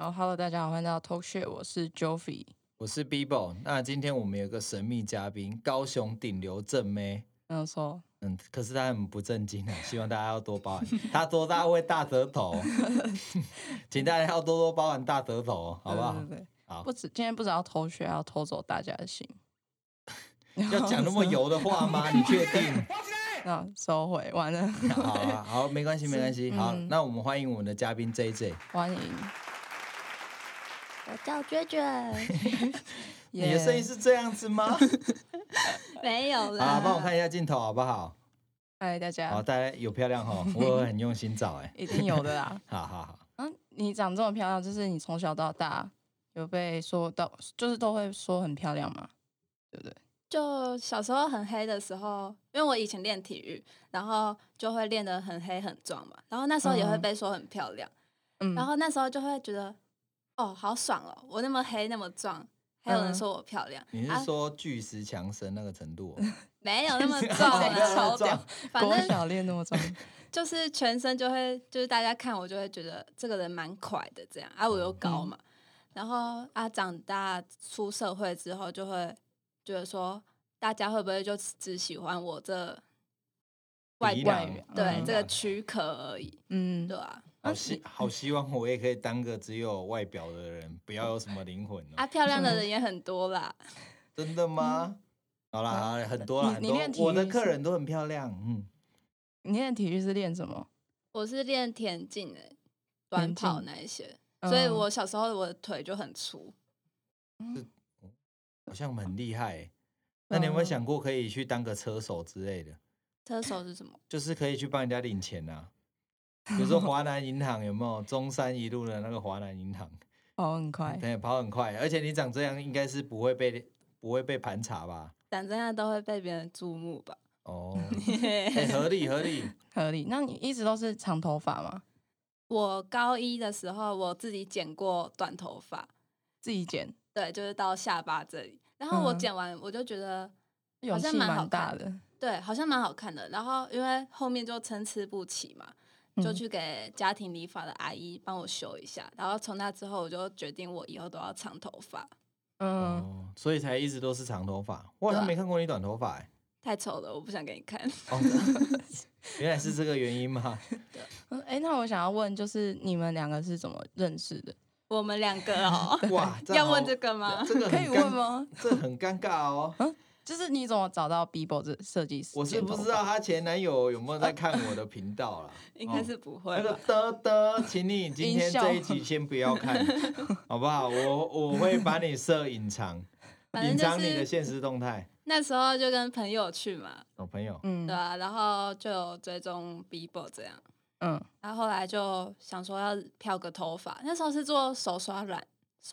Hello， 大家好，欢迎来到 Talk Shit， 我是 Joffy， 我是 Bibo。那今天我们有个神秘嘉宾，高雄顶流正妹。 没有错， 可是他很不正经啊，希望大家要多包涵。他多大会大舌头，请大家要多多包涵大舌头，好不好？ 对， 好， 今天不只要偷学，还要偷走大家的心。 要讲那么油的话吗？你确定？ 那收回完了。 好，没关系，没关系。好，那我们欢迎我们的嘉宾 JJ， 欢迎。 我叫娟娟。 你的声音是这样子吗？ 没有啦。 好，帮我看一下镜头好不好？ 嗨，大家。 好，大家有漂亮哈，我很用心找一定有的啦。 好。 你长这么漂亮，就是你从小到大有被说到，就是都会说很漂亮嘛，对不对？ 就小时候很黑的时候，因为我以前练体育，然后就会练得很黑很壮嘛，然后那时候也会被说很漂亮，然后那时候就会觉得，哦，好爽哦，我那么黑那么壮，还有人说我漂亮。 你是说巨石强森那个程度？ 没有那么壮啊， 超屌， 反正小练那么壮， 就是全身就会，就是大家看我就会觉得这个人蛮快的这样啊，我又高嘛，然后长大出社会之后就会觉得说，大家会不会就只喜欢我这外表，对，这个躯壳而已，对啊。 好希望我也可以当个只有外表的人，不要有什么灵魂漂亮的人也很多啦。 真的吗？好啦，很多啦，很多。我的客人都很漂亮。 你练体育是练什么？ 我是练田径短跑那一些，所以我小时候我的腿就很粗。 好像很厉害。那你有没有想过可以去当个车手之类的？ 车手是什么？ 就是可以去帮人家领钱啊。比如说华南银行有没有中山一路的那个华南银行？ 跑很快， 对，跑很快，而且你长这样应该是不会被盘查吧？ 长这样都会被别人注目吧？ 哦，合理。 那你一直都是长头发吗？ 我高一的时候我自己剪过短头发， 自己剪， 对，就是到下巴这里。然后我剪完我就觉得好像蛮好看的， 对，好像蛮好看的。然后因为后面就参差不齐嘛，就去给家庭理发的阿姨帮我修一下。然后从那之后我就决定我以后都要长头发。 所以才一直都是长头发。我好像没看过你短头发。 太丑了，我不想给你看。 原来是这个原因吗？ 那我想要问，就是你们两个是怎么认识的？ 我们两个哦， 哇， 要问这个吗？ 这个可以问吗？ 这很尴尬哦。 就是你怎么找到 Bibo 这设计师？ 我是不知道她前男友有没有在看我的频道啦。 应该是不会。 那个请你今天这一集先不要看，好不好？我会把你设隐藏，隐藏你的现实动态。 那时候就跟朋友去嘛， 朋友， 对啊，然后就有追踪 Bibo 这样，然后后来就想说要漂个头发，那时候是做手刷染，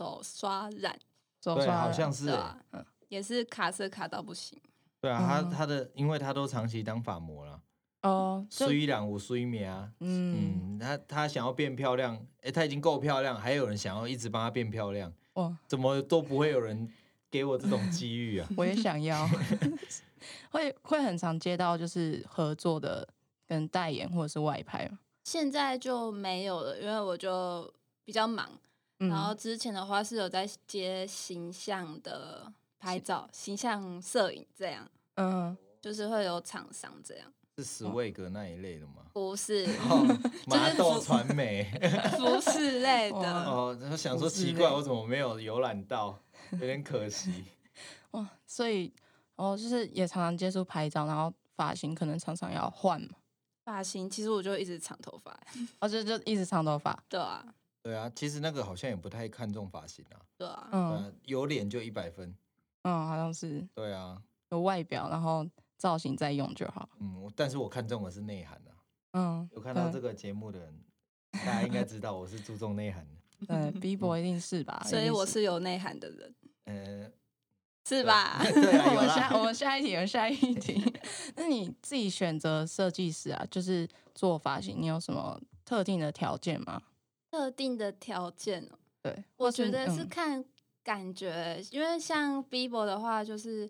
对，好像是， 也是卡色卡到不行。 对啊，因为他都长期当发模了，虽然我虽眠啊，他想要变漂亮，他已经够漂亮，还有人想要一直帮他变漂亮，怎么都不会有人给我这种机遇啊！ 我也想要，会很常接到就是合作的跟代言或者是外拍吗？ 现在就没有了，因为我就比较忙。然后之前的话是有在接形象的拍照、形象摄影这样，就是会有厂商这样。 是Swag那一类的吗？ 不是， 麻豆传媒， 服饰类的。 我想说奇怪，我怎么没有游览到？有点可惜。 所以就是也常常接触拍照，然后发型可能常常要换嘛。 发型其实我就一直长头发， 就一直长头发。 对啊，其实那个好像也不太看重发型啊。 对啊， 有脸就100分。 好像是。 对啊， 有外表，然后造型再用就好。 但是我看重的是内涵啊。有看到这个节目的人，大家应该知道我是注重内涵的。 对，Bibo 一定是吧？ 所以我是有内涵的人。是吧？ 对啊， 我们下一题。那你自己选择设计师啊，就是做发型，你有什么特定的条件吗？ 特定的条件对， 我觉得是看感觉，因为像 Bibo 的话，就是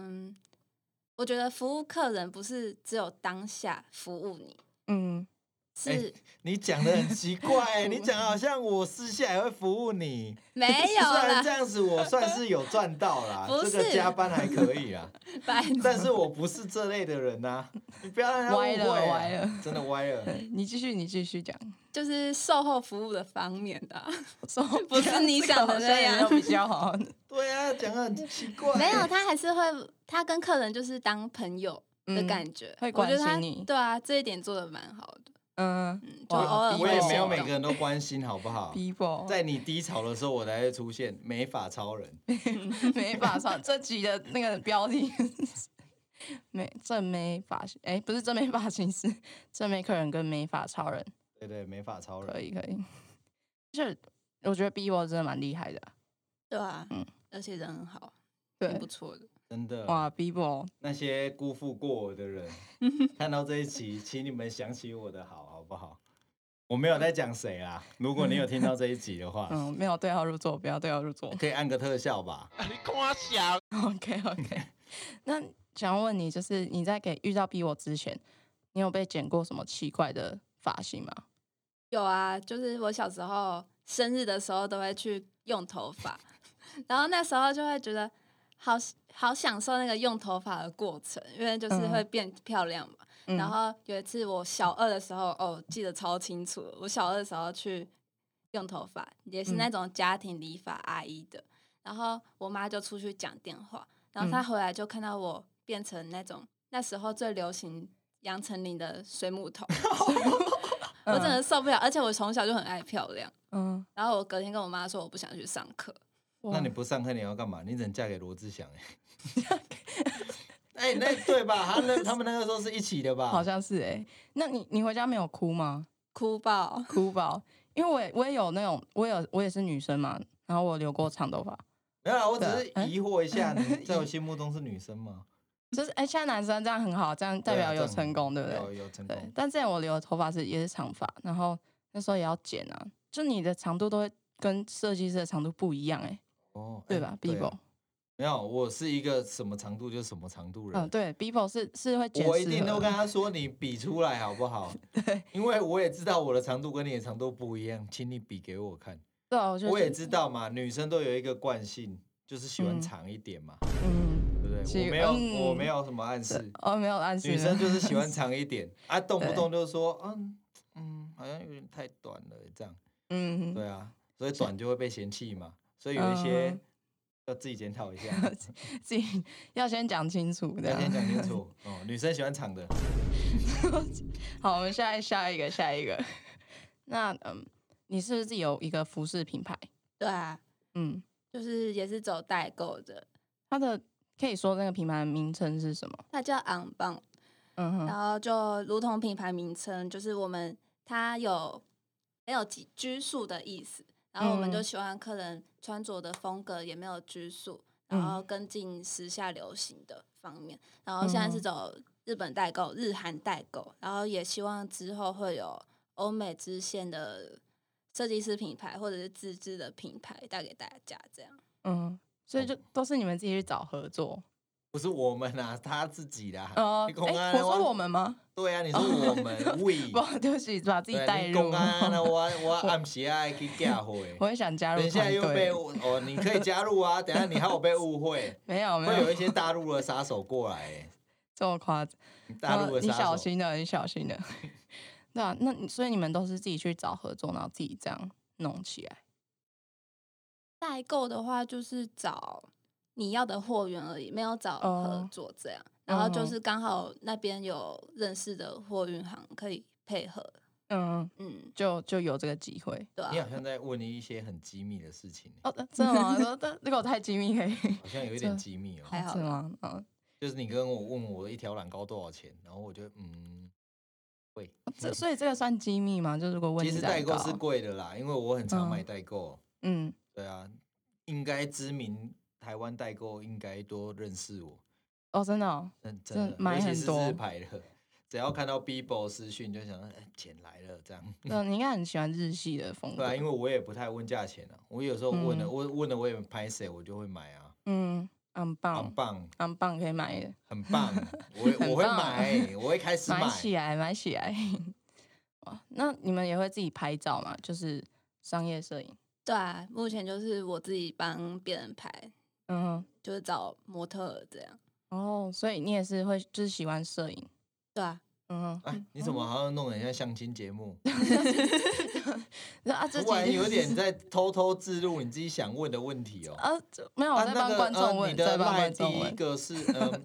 我觉得服务客人不是只有当下服务你， 是你讲的很奇怪，你讲好像我私下也会服务你。 没有啦， 虽然这样子我算是有赚到啦，这个加班还可以啦。但是我不是这类的人呐，你不要让他误会， 歪了， 真的歪了。 你继续讲， 就是售后服务的方面的，不是你想的那样比较好。 对啊，讲得很奇怪。 没有，他还是会，他跟客人就是当朋友的感觉， 会关心你。 对啊，这一点做的蛮好的。就偶尔我也没有每个人都关心，好不好？ People 在你低潮的时候，我才会出现美发超人。 美发超人这集的那个标题，正妹发型，不是正妹发型师，正妹客人跟美发超人。 对，美发超人可以。就是我觉得 Bibo 真的蛮厉害的。 对啊，而且人很好， 对， 不错的。 真的哇 ，Bibo 那些辜负过我的人，看到这一期，请你们想起我的好不好？我没有在讲谁啦。如果你有听到这一集的话， 没有对号入座，不要对号入座， 可以按个特效吧。 你夸小 OK。那想问你，就是你在遇到 Bibo 之前，你有被剪过什么奇怪的发型吗？ 有啊，就是我小时候生日的时候都会去用头发，然后那时候就会觉得好享受那个用头发的过程，因为就是会变漂亮嘛。然后有一次我小2的时候，记得超清楚，我小2的时候去用头发，也是那种家庭理发阿姨的。然后我妈就出去讲电话，然后她回来就看到我变成那种那时候最流行杨丞琳的水母头。我真的受不了，而且我从小就很爱漂亮。然后我隔天跟我妈说我不想去上课。 那你不上课你要干嘛？你只能嫁给罗志祥那对吧？他们那个时候是一起的吧？ 好像是那你回家没有哭吗？ 哭爆， 因为我也有那种，我也是女生嘛，然后我留过长头发。 没有啦，我只是疑惑一下，你在我心目中是女生吗？ 就是现在男生这样很好，这样代表有成功，对不对？ 有成功。 对，但之前我留的头发也是长发，然后那时候也要剪啊，就你的长度都会跟设计师的长度不一样对吧 ？Bibo 没有，我是一个什么长度就什么长度人。 对 ，Bibo 是会剪， 我一定都跟他说你比出来好不好？对，因为我也知道我的长度跟你的长度不一样，请你比给我看。 对啊， 我也知道嘛，女生都有一个惯性，就是喜欢长一点嘛。对不对？我没有什么暗示。 没有暗示。 女生就是喜欢长一点啊，动不动就说好像有点太短了这样。对啊，所以短就会被嫌弃嘛，所以有一些要自己检讨一下， 自己要先讲清楚， 要先讲清楚女生喜欢长的。 好，我们下一个。那你是不是自己有一个服饰品牌？ 对啊，就是也是走代购的。 它的可以说那个品牌名称是什么？ 它叫 OnBound。然后就如同品牌名称，就是它没有拘束的意思，然后我们就喜欢客人穿着的风格也没有拘束，然后跟进时下流行的方面，然后现在是走日本代购、日韩代购，然后也希望之后会有欧美支线的设计师品牌或者是自制的品牌带给大家这样。 所以就都是你们自己去找合作。 不是我们啊，他自己啦。 我说我们吗？ 对啊，你说我们 ，we。对不起，把自己带入。 我暗时爱去嫁会。 我也想加入。 等一下又被你可以加入啊！等一下你还有被误会。 没有。 会有一些大陆的杀手过来这么夸张？ 大陆的杀手， 你小心的。对啊，所以你们都是自己去找合作，然后自己这样弄起来。 代购的话，就是找你要的货源而已，没有找合作这样。然后就是刚好那边有认识的货运行可以配合， 就有这个机会。 对啊， 你好像在问你一些很机密的事情。 真的吗？这个我太机密可以。 好像有一点机密还好是吗？ 就是你跟我问我一条染膏多少钱，然后我就贵。 所以这个算机密吗？就如果问你其实代购是贵的啦，因为我很常买代购。对啊，应该知名台湾代购应该多认识我。 真的哦， 真的买很多， 尤其是日牌的，只要看到 Bibo 私讯就想钱来了这样。 你应该很喜欢日系的风格。 对啊，因为我也不太问价钱啊，我有时候问了我也拍谁我就会买啊。 很棒，可以买的， 很棒，我会买，我会开始买起来。 哇，那你们也会自己拍照吗？就是商业摄影？ 对啊，目前就是我自己帮别人拍，就是找模特这样。 哦，所以你也是会就是喜欢摄影？ 对啊。 你怎么好像弄得很像相亲节目？ 啊， 突然有点在偷偷置入你自己想问的问题哦。 没有，我在帮观众问。 你的赖第一个是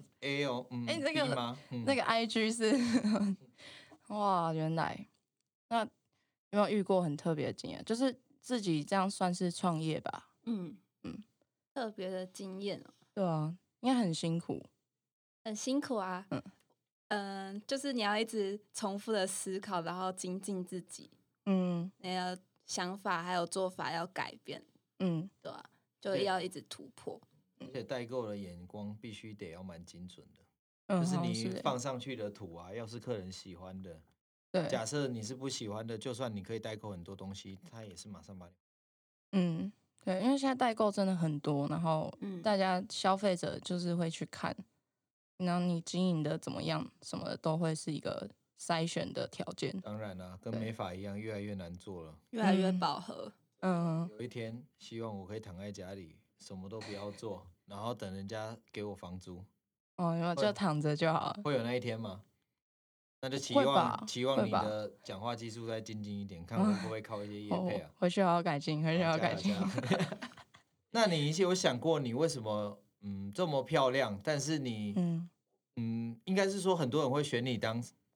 A 哦， 那个吗？ 那个 IG 是哇，原来那有没有遇过很特别的经验？就是自己这样算是创业吧？ 特别的经验哦。 对啊，应该很辛苦。 很辛苦啊。就是你要一直重复的思考，然后精进自己。你的想法还有做法要改变。对啊，就要一直突破。 而且代购的眼光必须得要蛮精准的。就是你放上去的图啊，要是客人喜欢的， 对， 假设你是不喜欢的，就算你可以代购很多东西，他也是马上把你。 对，因为现在代购真的很多，然后大家消费者就是会去看，然后你经营的怎么样，什么的都会是一个筛选的条件。 当然啦，跟美发一样，越来越难做了， 越来越饱和。 有一天，希望我可以躺在家里，什么都不要做，然后等人家给我房租。 就躺着就好了。 会有那一天吗？那就期望你的讲话技术再精进一点，看会不会靠一些业配啊。 回去好好改进，回去好好改进。 那你有想过你为什么这么漂亮？但是你应该是说很多人会选你当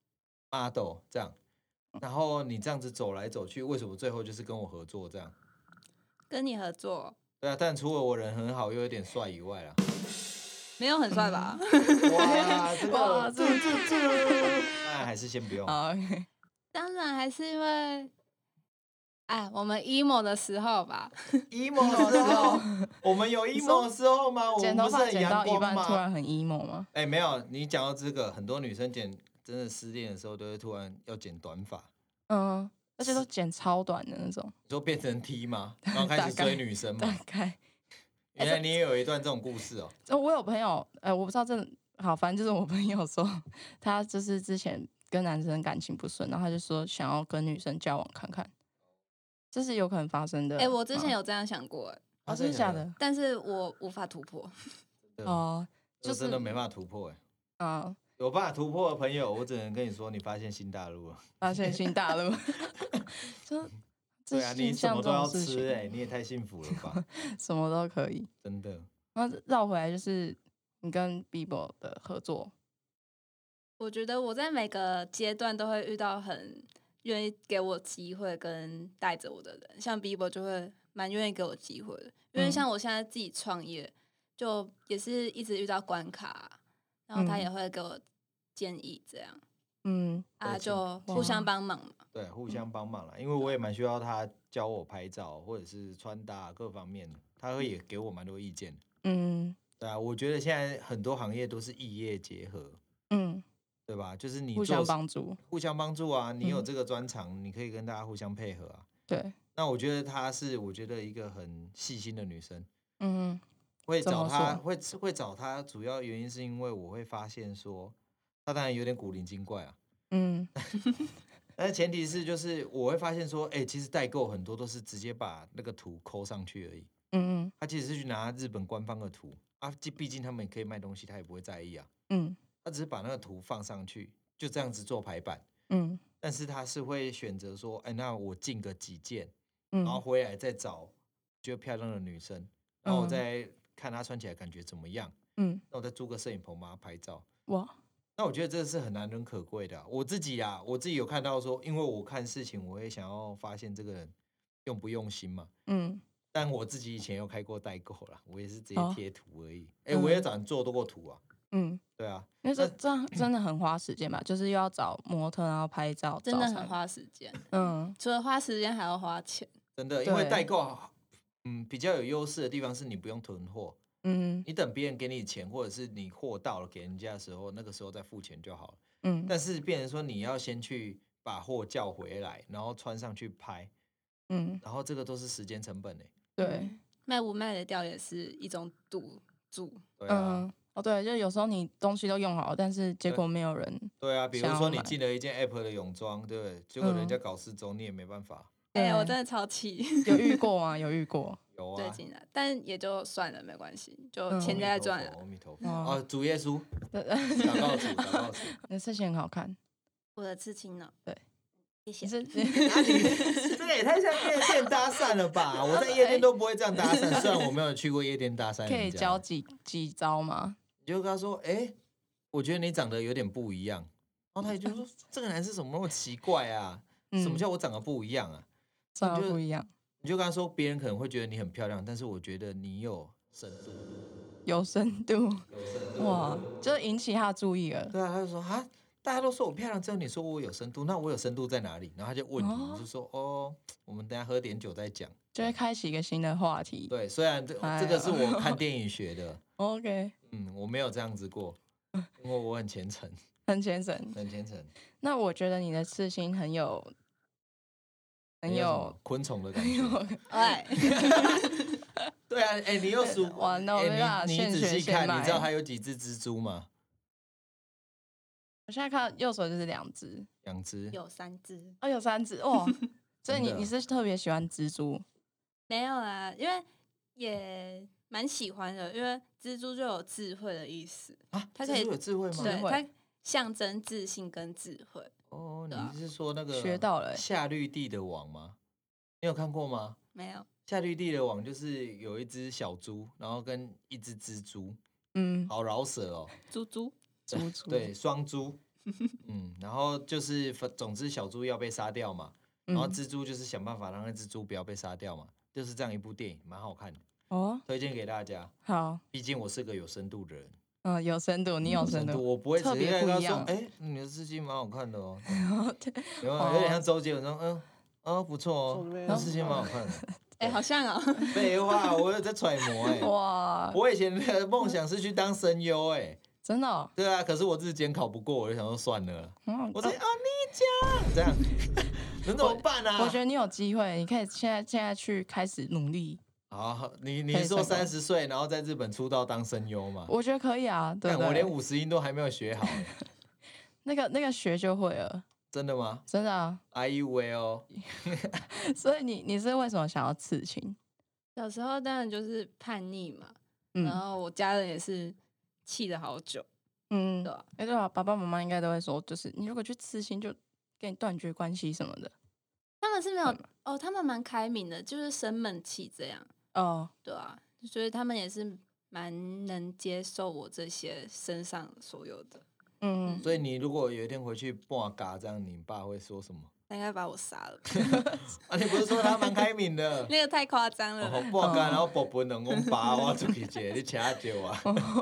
model 这样，然后你这样子走来走去，为什么最后就是跟我合作这样？ 跟你合作？ 对啊，但除了我人很好又有点帅以外啦。 没有很帅吧？ 哇，这个那还是先不用。 当然还是因为，我们 emo 的时候吧。 emo 的时候，我们有 emo 的时候吗？我们不是很阳光吗？ 突然很 emo 吗？ 没有。你讲到这个，很多女生真的失恋的时候，都会突然要剪短发。 而且都剪超短的那种。 你说变成 T 吗？然后开始追女生吗？ 大概。 原来你也有一段这种故事哦。 我有朋友，我不知道真的好，反正就是我朋友说，他就是之前跟男生感情不顺，然后他就说想要跟女生交往看看，这是有可能发生的。 我之前有这样想过， 真的假的？ 但是我无法突破。 就是真的没办法突破有办法突破的朋友，我只能跟你说，你发现新大陆了。 发现新大陆。 对啊，你什么都要吃你也太幸福了吧？ 什么都可以， 真的。 然后绕回来就是你跟 Bibo 的合作， 我觉得我在每个阶段都会遇到很愿意给我机会跟带着我的人，像 Bibo 就会蛮愿意给我机会的，因为像我现在自己创业，就也是一直遇到关卡，然后他也会给我建议这样。就互相帮忙嘛。 对，互相帮忙啦，因为我也蛮需要他教我拍照或者是穿搭各方面的，他会也给我蛮多意见。对啊，我觉得现在很多行业都是异业结合。对吧？就是你互相帮助， 互相帮助啊！你有这个专长，你可以跟大家互相配合啊。 对。 那我觉得她是，我觉得一个很细心的女生。 嗯。 会找她，会找她，主要原因是因为我会发现说，她当然有点古灵精怪啊。但是前提是就是我会发现说，其实代购很多都是直接把那个图抠上去而已。他其实是去拿日本官方的图啊，毕竟他们也可以卖东西，他也不会在意啊。他只是把那个图放上去，就这样子做排版。但是他是会选择说，那我进个几件，然后回来再找觉得漂亮的女生，然后我再看她穿起来感觉怎么样。那我再租个摄影棚帮她拍照。 哇， 那我觉得这是很难能可贵的。我自己有看到说，因为我看事情，我会想要发现这个人用不用心嘛。但我自己以前有开过代购啦，我也是直接贴图而已。我也找人做过图啊。对啊， 因为这样真的很花时间吧，就是又要找模特，然后拍照， 真的很花时间。除了花时间还要花钱。 真的，因为代购比较有优势的地方是你不用囤货。你等别人给你钱，或者是你货到了给人家的时候，那个时候再付钱就好了。但是变成说你要先去把货叫回来，然后穿上去拍。然后这个都是时间成本对， 卖不卖得掉也是一种赌注。 对啊。 哦，对，就有时候你东西都用好，但是结果没有人。 对啊，比如说你进了一件 App 的泳装，对不对？结果人家搞失踪，你也没办法。 我真的超气。 有遇过吗？有遇过。 有啊。 最近的，但也就算了，没关系，就钱在赚了。 阿弥陀佛。哦，主耶稣。祷告主，祷告主。 你的刺青很好看。 我的刺青呢？ 对。 谢谢。 这个也太像夜店搭讪了吧？我在夜店都不会这样搭讪，虽然我没有去过夜店搭讪。 可以教几招吗？ 你就跟他说，我觉得你长得有点不一样。然后他也就说，这个男生怎么那么奇怪啊？什么叫我长得不一样啊？ 长得不一样。 你就跟他说，别人可能会觉得你很漂亮，但是我觉得你有深度。 有深度。哇，就引起他的注意了。 对啊，他就说啊。大家都说我漂亮，只有你说我有深度，那我有深度在哪里？然后他就问你，你就说我们等一下喝点酒再讲， 就会开启一个新的话题。 对，虽然这个是我看电影学的 ，OK， 我没有这样子过，因为我很虔诚， 很虔诚。那我觉得你的刺青很有昆虫的感觉，对啊，你又数完了， 你仔细看，你知道它有几只蜘蛛吗？ 我现在看右手就是2只 ，2只， 有3只， 有3只哇！所以你是特别喜欢蜘蛛？ 没有啦，因为也蛮喜欢的，因为蜘蛛就有智慧的意思啊。它可以有智慧吗？ 对，它象征自信跟智慧。 哦，你是说那个学到了夏绿蒂的网吗？你有看过吗？ 没有。 夏绿蒂的网就是有一只小猪，然后跟一只蜘蛛，好饶舌哦， 猪。 对，双猪，然后就是总之小猪要被杀掉嘛，然后蜘蛛就是想办法让那只猪不要被杀掉嘛，就是这样一部电影，蛮好看的哦，推荐给大家。 好， 毕竟我是个有深度的人。 有深度，你有深度， 我不会特别不一样。 你的刺青蛮好看的哦，有点像周杰伦说，不错哦，那刺青蛮好看的。 好像哦。 废话，我有在揣摩哇，我以前的梦想是去当声优真的哦？ 对啊，可是我日检考不过，我就想说算了。我说你讲这样，能怎么办啊？ 我觉得你有机会，你可以现在去开始努力。 好，你说30岁然后在日本出道当声优嘛？ 我觉得可以啊，对不对？ 我连50音都还没有学好。 那个学就会了。 真的吗？ 真的啊。 I will。 所以你是为什么想要刺青？ 小时候当然就是叛逆嘛，然后我家人也是气了好久。对啊， 对啊，爸爸妈妈应该都会说，就是你如果去刺青，就跟你断绝关系什么的。 他们是没有他们蛮开明的，就是生闷气这样。对啊，所以他们也是蛮能接受我这些身上所有的。 所以你如果有一天回去半嘎这样，你爸会说什么？ 他应该把我杀了。 你不是说他蛮开明的？ 那个太夸张了。 半嘎，然后宝贝能我爸我出去一下，你请他救啊！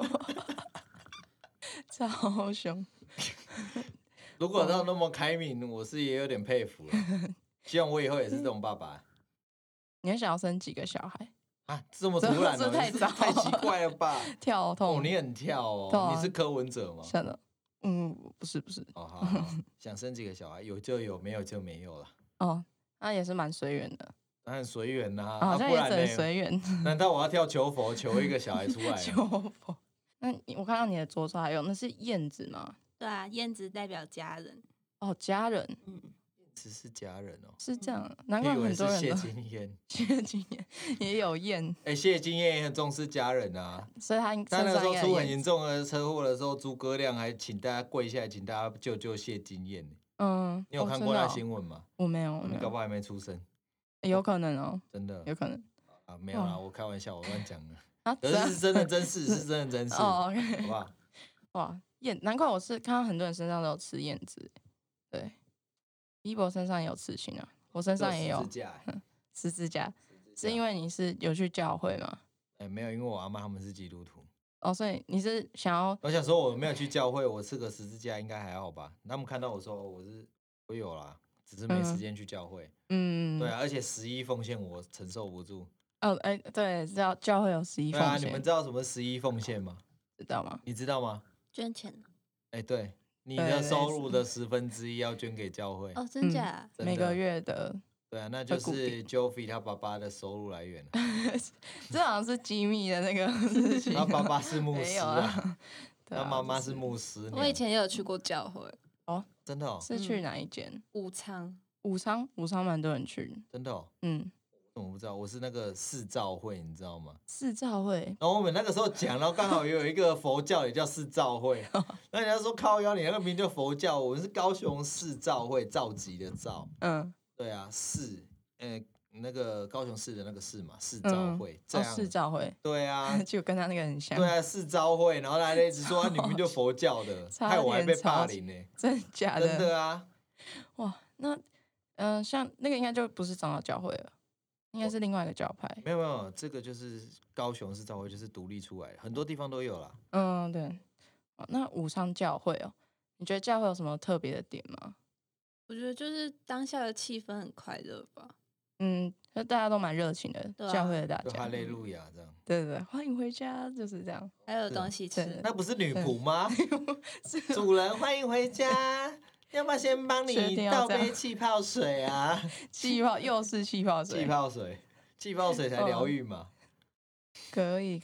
超凶。 如果他那么开明，我是也有点佩服了。希望我以后也是这种爸爸。 你会想要生几个小孩？ 这么突然， 这太早， 太奇怪了吧？ 跳痛， 你很跳哦，你是柯文哲吗？ 真的，不是。 好，想生几个小孩，有就有，没有就没有了。 那也是蛮随缘的。 那很随缘呐， 好像也很随缘。 难道我要跳求佛，求一个小孩出来？ 求佛。那我看到你的桌上还有，那是燕子吗？ 对啊，燕子代表家人。 家人。 只是家人哦， 是这样，难怪很多人谢金燕， 谢金燕也有燕。 谢金燕也很重视家人啊， 所以他那个时候出很严重的车祸的时候，诸葛亮还请大家跪下来，请大家救谢金燕。你有看过那新闻吗？ 我没有， 你搞不好还没出生。 有可能哦， 真的有可能没有啦，我开玩笑，我乱讲的。可是真的真事，是真的真事，好不好？ 哇，燕，难怪我是看到很多人身上都有吃燕子，对。一博身上也有刺青啊，我身上也有十字架，是因为你是有去教会吗？ 没有，因为我阿嬷他们是基督徒。 所以你是想要？ 我想说我没有去教会，我刺个十字架应该还好吧？他们看到我说我有啦，只是没时间去教会。对啊，而且11奉献我承受不住。 对，教会有11奉献。对啊， 你们知道什么11奉献吗？ 知道吗？ 你知道吗？ 捐钱。 对。你的收入的1/10要捐给教会真假？ 每个月的。 对啊，那就是 Joffy 他爸爸的收入来源。 这好像是机密的那个事情。 他爸爸是牧师啊， 他妈妈是牧师。 我以前也有去过教会哦， 真的哦？ 是去哪一间？ 武昌蛮多人去的。 真的哦？我不知道，我是那个四教会，你知道吗？ 四教会。 然后我们那个时候讲，然后刚好有一个佛教也叫四教会，那人家说靠腰，你那个名叫佛教，我们是高雄市教会，召集的召。对啊，市，那个高雄市的那个市嘛，市教会，这样。 市教会。 对啊， 就跟他那个很像。 对啊，市教会，然后他一直说你们就佛教的，害我还被霸凌呢。 真的假的？ 真的啊。 哇，那像那个应该就不是长老教会了。应该是另外一个教派。 没有，这个就是高雄市教会，就是独立出来的，很多地方都有啦。 对。那武昌教会哦，你觉得教会有什么特别的点吗？ 我觉得就是当下的气氛很快乐吧。 就大家都蛮热情的，教会的大家。 哈利路亚这样。 对，欢迎回家，就是这样。 还有东西吃。 那不是女仆吗？主人欢迎回家。要不要先帮你倒杯气泡水啊？ 又是气泡水。 气泡水才疗愈嘛。 可以。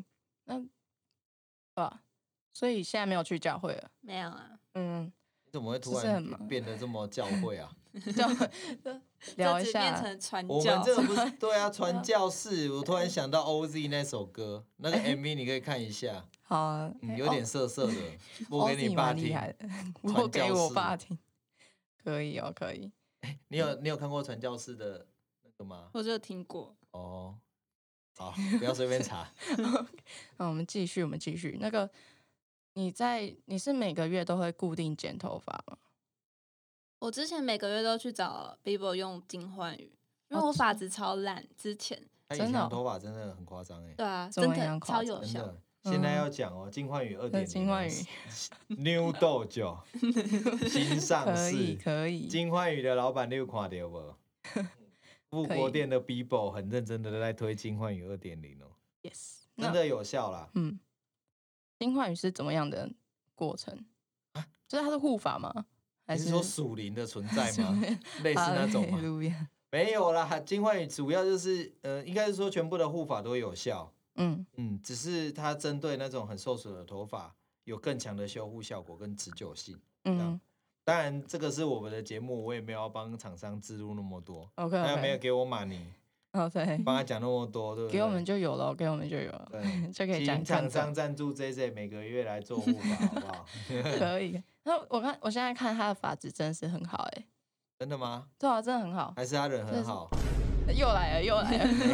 那所以现在没有去教会了？ 没有啊。 你怎么会突然变得这么教会啊？ 聊一下。 变成传教。 我们这个不是对啊，传教士。我突然想到 OZ 那首歌，那个 MV 你可以看一下。 好啊。 有点涩的，播给你爸听。 播给我爸听。可以。 你有看过传教士的那个吗？ 我就听过。 哦，好，不要随便查。 那我们继续。那个你是每个月都会固定剪头发吗？ 我之前每个月都去找 Bibo 用金焕宇，因为我发质超烂。之前他以前头发真的很夸张对啊，真的超有效。 现在要讲哦，金焕宇2.0， 金焕宇 New Dojo 新上市， 可以。 金焕宇的老板你有看到不？富国店的 Bibo 很认真的在推金焕宇2.0哦。 Yes， 真的有效啦。 金焕宇是怎么样的过程？就是它是护发吗？ 还是说属灵的存在吗？类似那种吗？没有啦，金焕宇主要就是应该是说全部的护发都有效。只是它针对那种很受损的头发有更强的修护效果跟持久性。当然这个是我们的节目，我也没有要帮厂商植入那么多。他也没有给我money。帮他讲那么多，对不对？ 给我们就有了，对，就可以讲。 请厂商赞助 JJ 每个月来做护发，好不好？ 可以。那我现在看他的发质真的是很好， 真的吗？ 对啊，真的很好。 还是他人很好？ 又来了。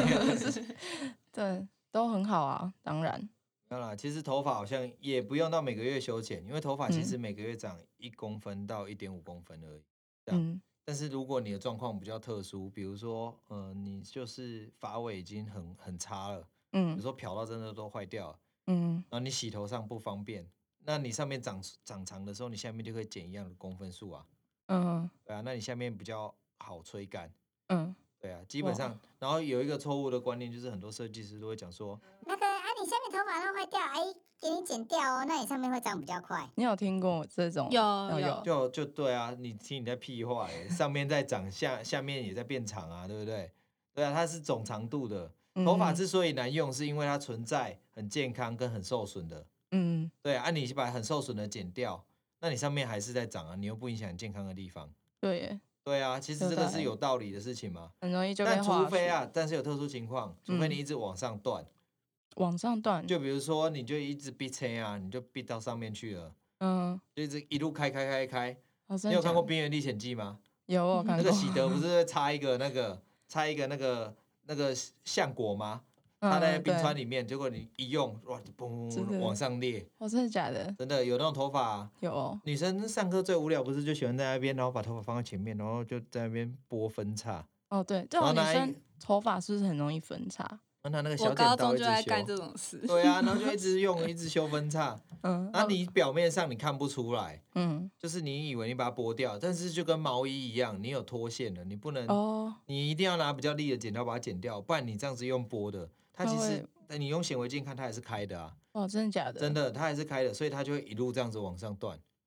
对，都很好啊，当然。 没有啦，其实头发好像也不用到每个月修剪，因为头发其实每个月长1公分到1.5公分而已。但是如果你的状况比较特殊，比如说你就是发尾已经很差了，比如说漂到真的都坏掉了，然后你洗头上不方便，那你上面长长的时候，你下面就可以剪一样的公分数啊。对啊，那你下面比较好吹干。对啊，基本上，然后有一个错误的观念就是很多设计师都会讲说， 那个你下面头发都坏掉，给你剪掉哦，那你上面会长比较快。 你有听过这种？ 有。 就对啊，你听你在屁话上面在长，下面也在变长啊，对不对？对啊，它是总长度的。头发之所以难用，是因为它存在很健康跟很受损的。对啊，你把很受损的剪掉，那你上面还是在长啊，你又不影响健康的地方。对啊，其实这个是有道理的事情嘛， 很容易就被除非但是有特殊情况，除非你一直往上断，就比如说你就一直逼车啊，你就逼到上面去了，就一路开。你有看过《边缘历险记》吗？ 有，我看过。 那个喜德不是插一个那个橡果吗？它在冰川里面，结果你一用，哇，嘣往上裂。 真的假的？ 真的有那种头发。 有。 女生上课最无聊不是就喜欢在那边，然后把头发放在前面，然后就在那边拨分叉。 对，这种女生头发是不是很容易分叉？ 那他那个小剪刀我高中就在干这种事。 对啊，然后就一直修分叉。那你表面上你看不出来，就是你以为你把它剥掉，但是就跟毛衣一样，你有脱线了，你不能，你一定要拿比较利的剪刀把它剪掉，不然你这样子用剥的，它其实你用显微镜看它还是开的啊。 真的假的？ 真的，它还是开的，所以它就会一路这样子往上断。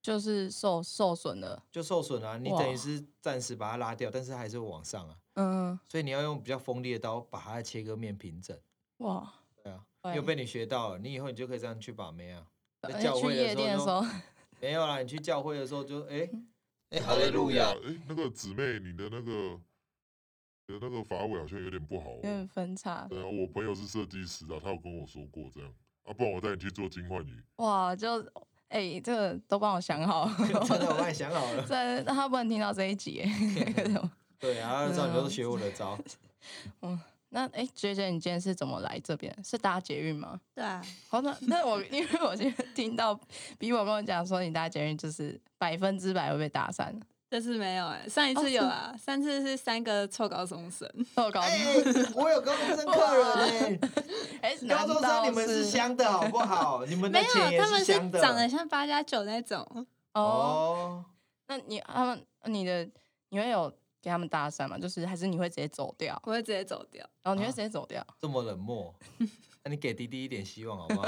就是受损了， 就受损了。你等于是暂时把它拉掉，但是还是会往上啊。所以你要用比较锋利的刀把它的切割面平整。哇，对啊，又被你学到了，你以后你就可以这样去把妹啊。在教会的时候没有啦，你去教会的时候就哈利路亚。 那个姊妹，你的那个发尾好像有点不好，有点分叉。 对啊，我朋友是设计师啊，他有跟我说过这样啊，不然我带你去做金焕鱼。 哇，就这个都帮我想好， 真的我帮你想好了。 这他不能听到这一集对啊，他知道你都是学我的招。 那姐姐，你今天是怎么来这边？是搭捷运吗？ 对啊。 好，那我因为我今天听到比我跟我讲说，你搭捷运就是100%会被搭讪。 这次没有上一次有啊，上次是3个臭高中生。 我有高中生客人高中生你们是香的好不好？你们的钱也是香的。 他们是长得像8+9那种。 那你会有给他们搭讪吗？就是还是你会直接走掉？ 我会直接走掉。 然后你会直接走掉？ 这么冷漠，那你给弟弟一点希望好不好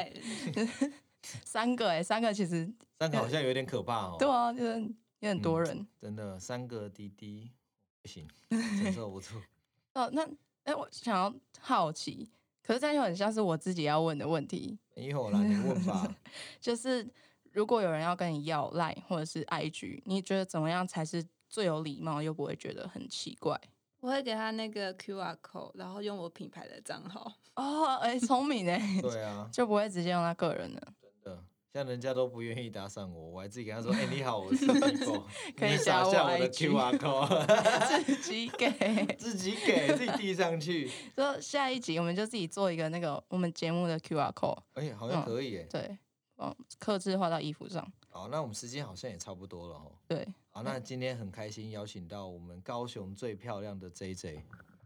？3个其实 3个好像有点可怕哦。 对啊，就是有很多人。 真的3个弟弟不行，承受不住。 那我想要好奇，可是这样又很像是我自己要问的问题。 没有啦，你问吧。 就是如果有人要跟你要 LINE 或者是 IG， 你觉得怎么样才是最有礼貌又不会觉得很奇怪？ 我会给他那个 QR code， 然后用我品牌的账号。 聪明对啊， 就不会直接用他个人的。 真的，像人家都不愿意搭讪我，我还自己跟他说：“你好，我是 Nico， 可以扫下我的 QR code， 自己给， 自己递上去。” 说下一集我们就自己做一个那个我们节目的 QR code。 好像可以耶。 对，客制化到衣服上。 好，那我们时间好像也差不多了哦。 对。 好，那今天很开心邀请到我们高雄最漂亮的 JJ。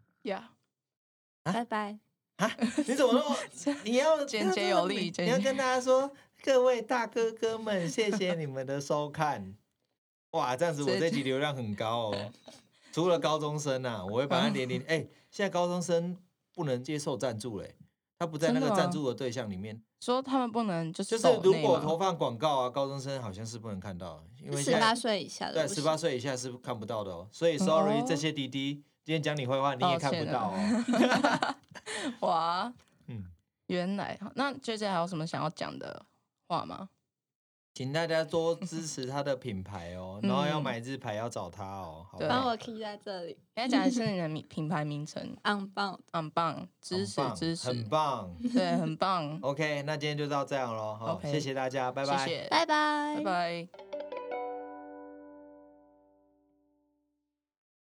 拜拜。 你怎么那么？你要简洁有力， 你要跟大家说，各位大哥哥们，谢谢你们的收看。哇，这样子我这集流量很高哦。除了高中生啊，我会把他连现在高中生不能接受赞助嘞，他不在那个赞助的对象里面。 说他们不能就是如果投放广告啊，高中生好像是不能看到，因为 18岁以下的对18岁以下是看不到的哦。所以 sorry 这些弟弟，今天讲你坏话你也看不到哦。 哇，原来那 JJ 还有什么想要讲的话吗？ 请大家多支持他的品牌哦，然后要买日牌要找他哦，好， 帮我 key 在这里。 要讲的是你的品牌名称，Unbound，支持， 很棒， 对，很棒。 OK， 那今天就到这样咯，好，谢谢大家，拜拜， 拜拜， 拜拜。